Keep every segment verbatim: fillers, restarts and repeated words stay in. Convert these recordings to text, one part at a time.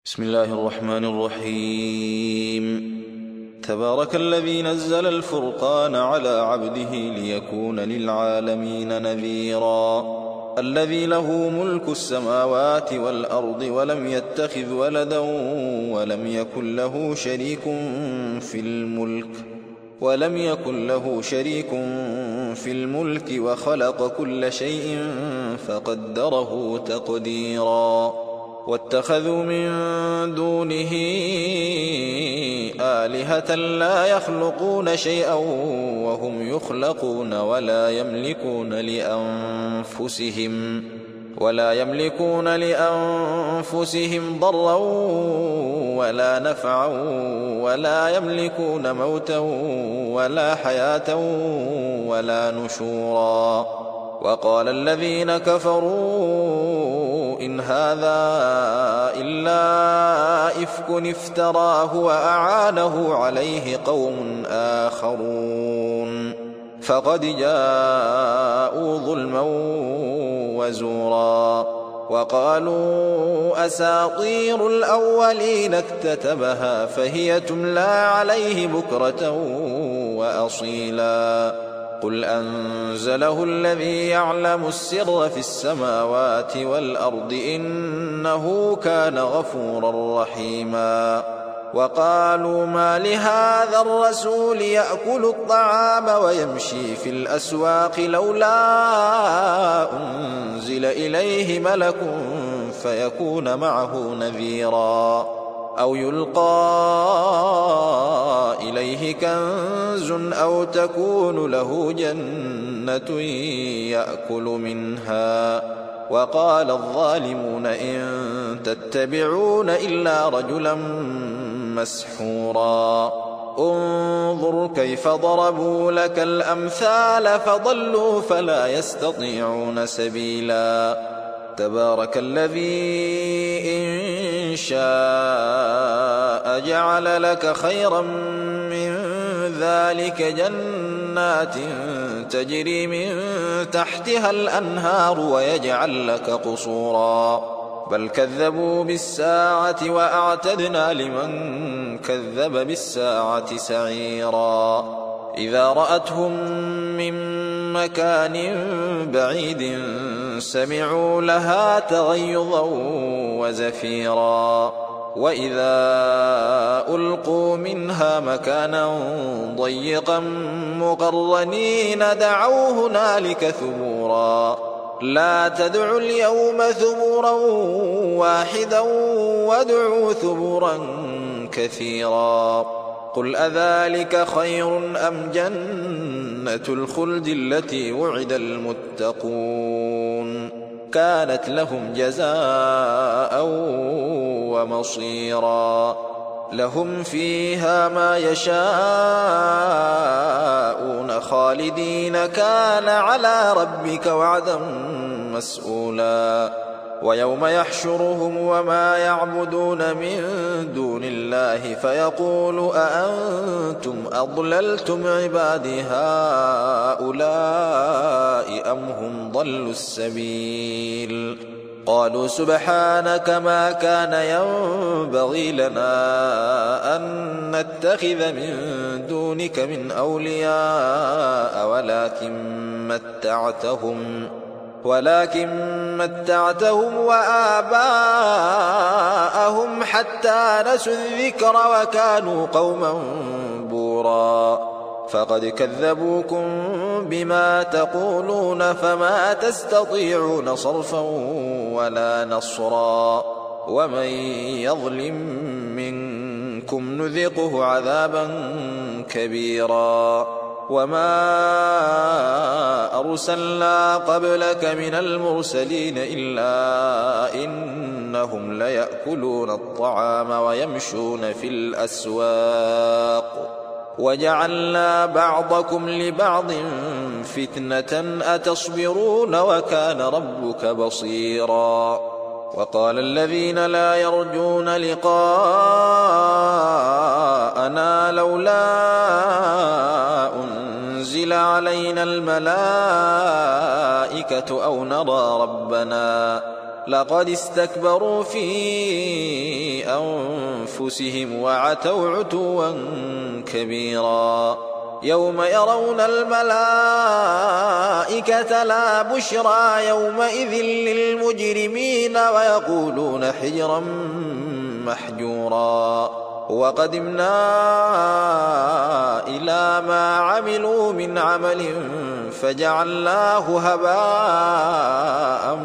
بسم الله الرحمن الرحيم. تبارك الذي نزل الفرقان على عبده ليكون للعالمين نذيرا. الذي له ملك السماوات والأرض ولم يتخذ ولدا ولم يكن له شريك في الملك ولم يكن له شريك في الملك وخلق كل شيء فقدره تقديرا. واتخذوا من دونه آلهة لا يخلقون شيئا وهم يخلقون ولا يملكون لأنفسهم ولا يملكون لأنفسهم ضرا ولا نفعا ولا يملكون موتا ولا حياة ولا نشورا. وقال الذين كفروا إن هذا إلا إفك افتراه وأعانه عليه قوم آخرون فقد جاءوا ظلما وزورا. وقالوا أساطير الأولين اكتتبها فهي تملى عليه بكرة وأصيلا. قل أنزله الذي يعلم السر في السماوات والأرض إنه كان غفورا رحيما. وقالوا ما لهذا الرسول يأكل الطعام ويمشي في الأسواق لولا أنزل إليه ملك فيكون معه نذيرا أو يلقى إليه كنز أو تكون له جنة يأكل منها. وقال الظالمون إن تتبعون إلا رجلا مسحورا. انظر كيف ضربوا لك الأمثال فضلوا فلا يستطيعون سبيلا. تبارك الذي إن شاء جعل لك خيرا من ذلك جنات تجري من تحتها الأنهار ويجعل لك قصورا بل كذبوا بالساعة وأعتدنا لمن كذب بالساعة سعيرا. إذا رأتهم من مكان بعيد سمعوا لها تغيظا وزفيرا. وإذا ألقوا منها مكانا ضيقا مقرنين دعوا هنالك ثبورا. لا تدعوا اليوم ثبورا واحدا وادعوا ثبورا كثيرا. قل أذلك خير أم جنة الخلد التي وعد المتقون كانت لهم جزاء ومصيرا. لهم فيها ما يشاءون خالدين كان على ربك وعدا مسؤولا. ويوم يحشرهم وما يعبدون من دون الله فيقول أأنتم أضللتم عبادي هؤلاء أم هم ضلوا السبيل. قالوا سبحانك ما كان ينبغي لنا أن نتخذ من دونك من أولياء ولكن متعتهم ولكن متعتهم وآباءهم حتى نسوا الذكر وكانوا قوما بورا. فقد كذبوكم بما تقولون فما تستطيعون صرفا ولا نصرا. ومن يظلم منكم نذقه عذابا كبيرا. وما أرسلنا قبلك من المرسلين إلا إنهم ليأكلون الطعام ويمشون في الأسواق وجعلنا بعضكم لبعض فتنة أتصبرون وكان ربك بصيرا. وقال الذين لا يرجون لقاءنا لولا أنزل علينا الملائكة أو نرى ربنا لقد استكبروا في أنفسهم وعتوا عتوا كبيرا يوم يرون الملائكة لا بشرى يومئذ للمجرمين ويقولون حجرا محجورا وقدمنا إلى ما عملوا من عمل فجعلناه هباء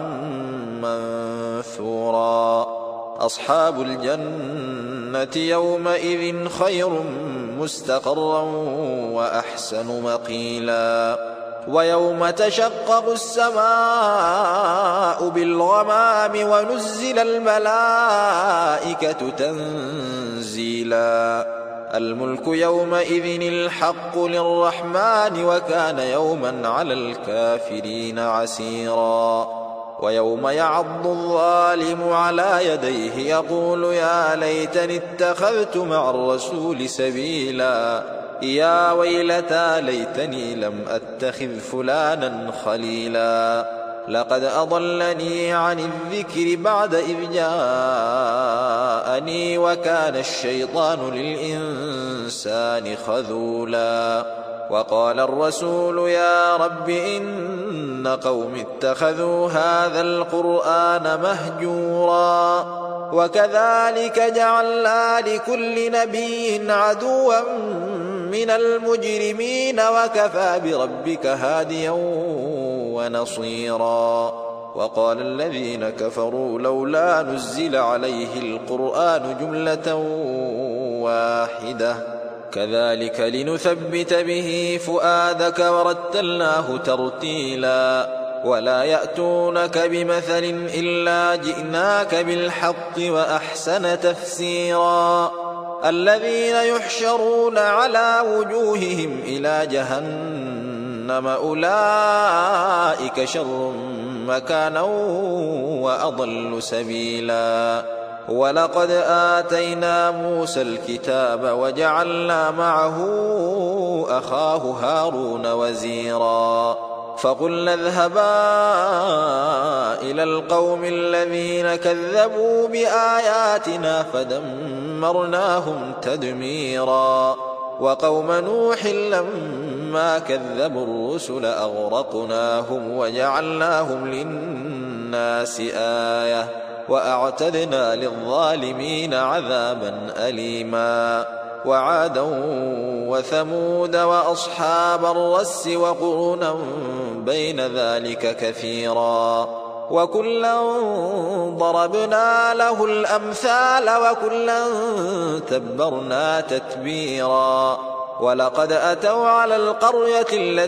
منثورا أصحاب الجنة يومئذ خير مستقرا وأحسن مقيلا ويوم تشقق السماء بالغمام ونزل الملائكة تنزيلا الملك يومئذ الحق للرحمن وكان يوما على الكافرين عسيرا ويوم يعض الظالم على يديه يقول يا ليتني اتخذت مع الرسول سبيلا يا ويلتى ليتني لم أتخذ فلانا خليلا لقد أضلني عن الذكر بعد إذ جاءني وكان الشيطان للإنسان خذولا وقال الرسول يا رب إن قوم اتخذوا هذا القرآن مهجورا وكذلك جعلنا لكل نبي عدوا من المجرمين وكفى بربك هاديا ونصيرا وقال الذين كفروا لولا نزل عليه القرآن جملة واحدة كذلك لنثبت به فؤادك ورتلناه ترتيلا ولا يأتونك بمثل إلا جئناك بالحق وأحسن تفسيرا الذين يحشرون على وجوههم إلى جهنم أولئك شر مكانا وأضل سبيلا ولقد آتينا موسى الكتاب وجعلنا معه أخاه هارون وزيرا فقلنا اذهبا إلى القوم الذين كذبوا بآياتنا فدمرناهم تدميرا وقوم نوح لما كذبوا الرسل أغرقناهم وجعلناهم للناس آية وأعتدنا للظالمين عذابا أليما وعادا وثمود وأصحاب الرس وقرونا بين ذلك كثيرا وكلا ضربنا له الأمثال وكلا تبرنا تتبيرا ولقد أتوا على القرية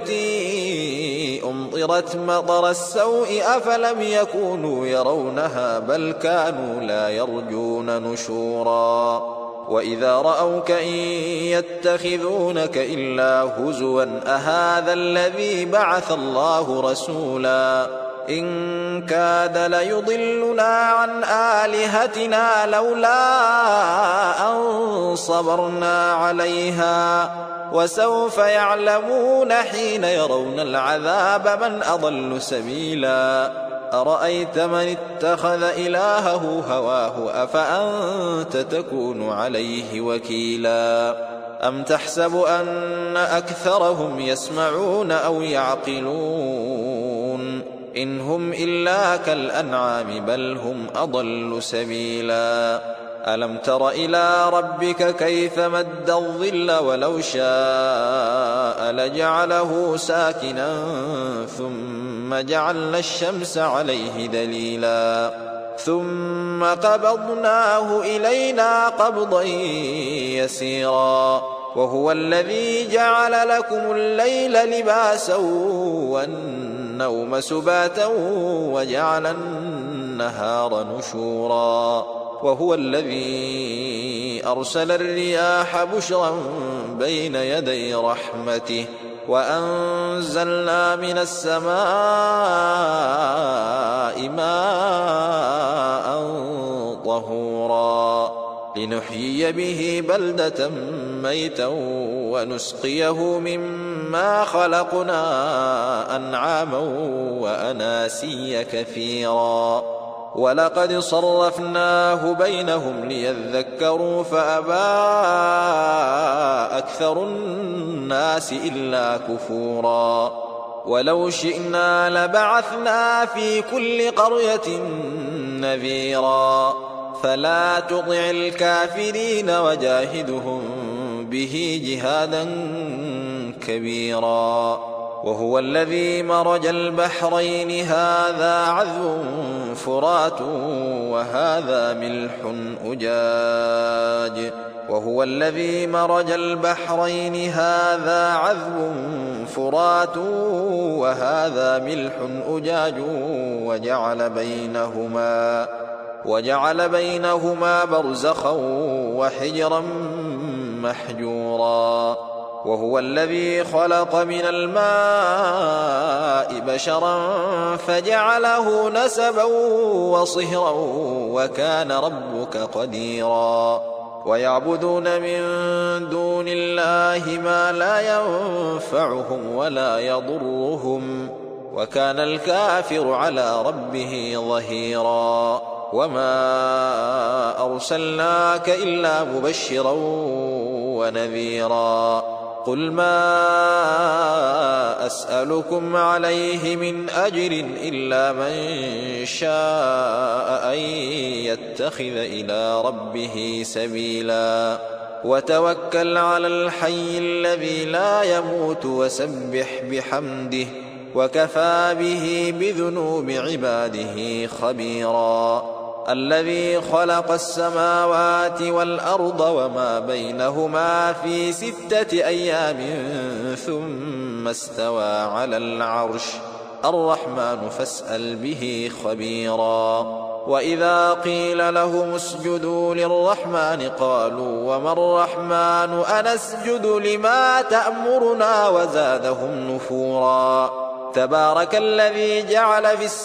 التي أمطرت مطر السوء أفلم يكونوا يرونها بل كانوا لا يرجون نشورا وإذا رأوك إن يتخذونك إلا هزوا أهذا الذي بعث الله رسولا إن كاد ليضلنا عن آلهتنا لولا أن صبرنا عليها وسوف يعلمون حين يرون العذاب من أضل سبيلا أرأيت من اتخذ إلهه هواه أفأنت تكون عليه وكيلا أم تحسب أن أكثرهم يسمعون أو يعقلون إن هم إلا كالأنعام بل هم أضل سبيلا ألم تر إلى ربك كيف مد الظل ولو شاء لجعله ساكنا ثم جعلنا الشمس عليه دليلا ثم قبضناه إلينا قبضا يسيرا وهو الذي جعل لكم الليل لباسا والنوم سباتا وجعل النهار نشورا وهو الذي أرسل الرياح بشرا بين يدي رحمته وأنزلنا من السماء ماء طهورا لنحيي به بلدة ميتا ونسقيه مما خلقنا أنعاما وأناسيا كثيرا ولقد صرفناه بينهم ليذكروا فأبى أكثر الناس إلا كفورا ولو شئنا لبعثنا في كل قرية نذيرا فلا تطع الكافرين وجاهدهم به جهادا كبيرا وهو الذي مرج البحرين هذا عذب فرات وهذا ملح أجاج وهو الذي مرج البحرين هذا عذب فرات وهذا ملح أجاج وجعل بينهما وجعل بينهما برزخا وحجرا محجورا وهو الذي خلق من الماء بشرا فجعله نسبا وصهرا وكان ربك قديرا ويعبدون من دون الله ما لا ينفعهم ولا يضرهم وكان الكافر على ربه ظهيرا وما أرسلناك إلا مبشرا ونذيرا قل ما أسألكم عليه من أجر إلا من شاء أن يتخذ إلى ربه سبيلا وتوكل على الحي الذي لا يموت وسبح بحمده وكفى به بذنوب عباده خبيرا الذي خلق السماوات والأرض وما بينهما في ستة أيام ثم استوى على العرش الرحمن فاسأل به خبيرا وإذا قيل لهم اسجدوا للرحمن قالوا وما الرحمن أنسجد لما تأمرنا وزادهم نفورا تبارك الذي جعل في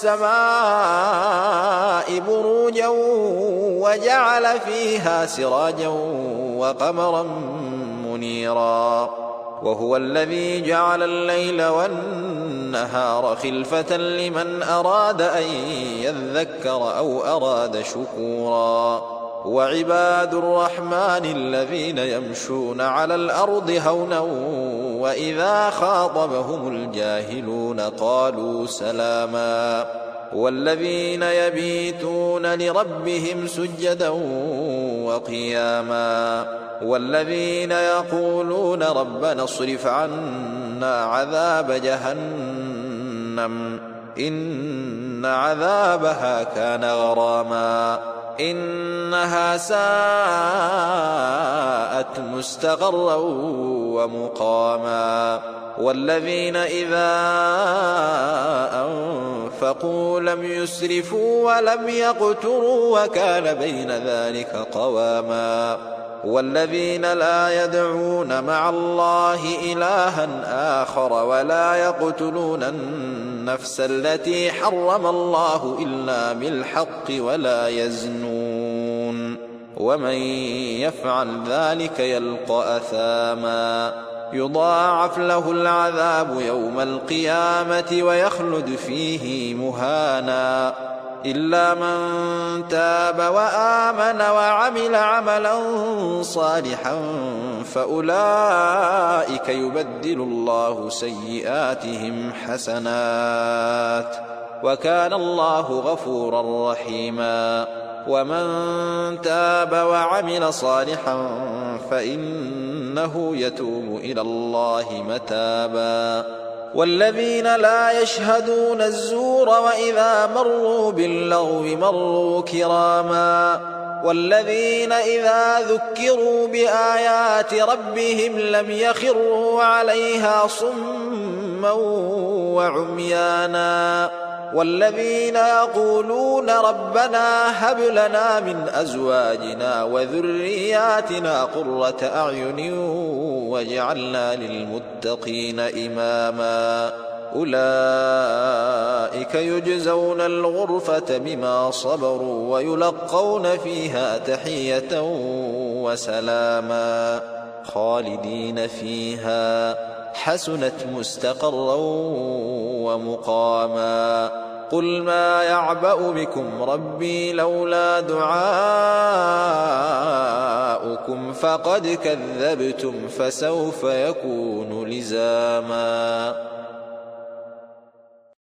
السماء بروجا وجعل فيها سراجا وقمرا منيرا وهو الذي جعل الليل والنهار خلفة لمن أراد أن يذكر أو أراد شكورا وعباد الرحمن الذين يمشون على الأرض هونا وإذا خاطبهم الجاهلون قالوا سلاما والذين يبيتون لربهم سجدا وقياما والذين يقولون ربنا اصرف عنا عذاب جهنم إن عذابها كان غراما إنها ساءت مستقرا ومقاما والذين إذا أنفقوا لم يسرفوا ولم يقتروا وكان بين ذلك قواما والذين لا يدعون مع الله إلها آخر ولا يقتلون النفس التي حرم الله إلا بالحق ولا يزنون ومن يفعل ذلك يلقى أثاما يضاعف له العذاب يوم القيامة ويخلد فيه مهانا إلا من تاب وآمن وعمل عملا صالحا فأولئك يبدل الله سيئاتهم حسنات وكان الله غفورا رحيما ومن تاب وعمل صالحا فإنه يتوب إلى الله متابا والذين لا يشهدون الزور وإذا مروا باللغو مروا كراما والذين إذا ذكروا بآيات ربهم لم يخروا عليها صما وعميانا والذين يقولون ربنا هب لنا من أزواجنا وذرياتنا قرة أعين واجعلنا للمتقين إماما أولئك يجزون الغرفة بما صبروا ويلقون فيها تحية وسلاما خالدين فيها حسنت مستقرا ومقاما قل ما يعبأ بكم ربي لولا دعاؤكم فقد كذبتم فسوف يكون لزاما.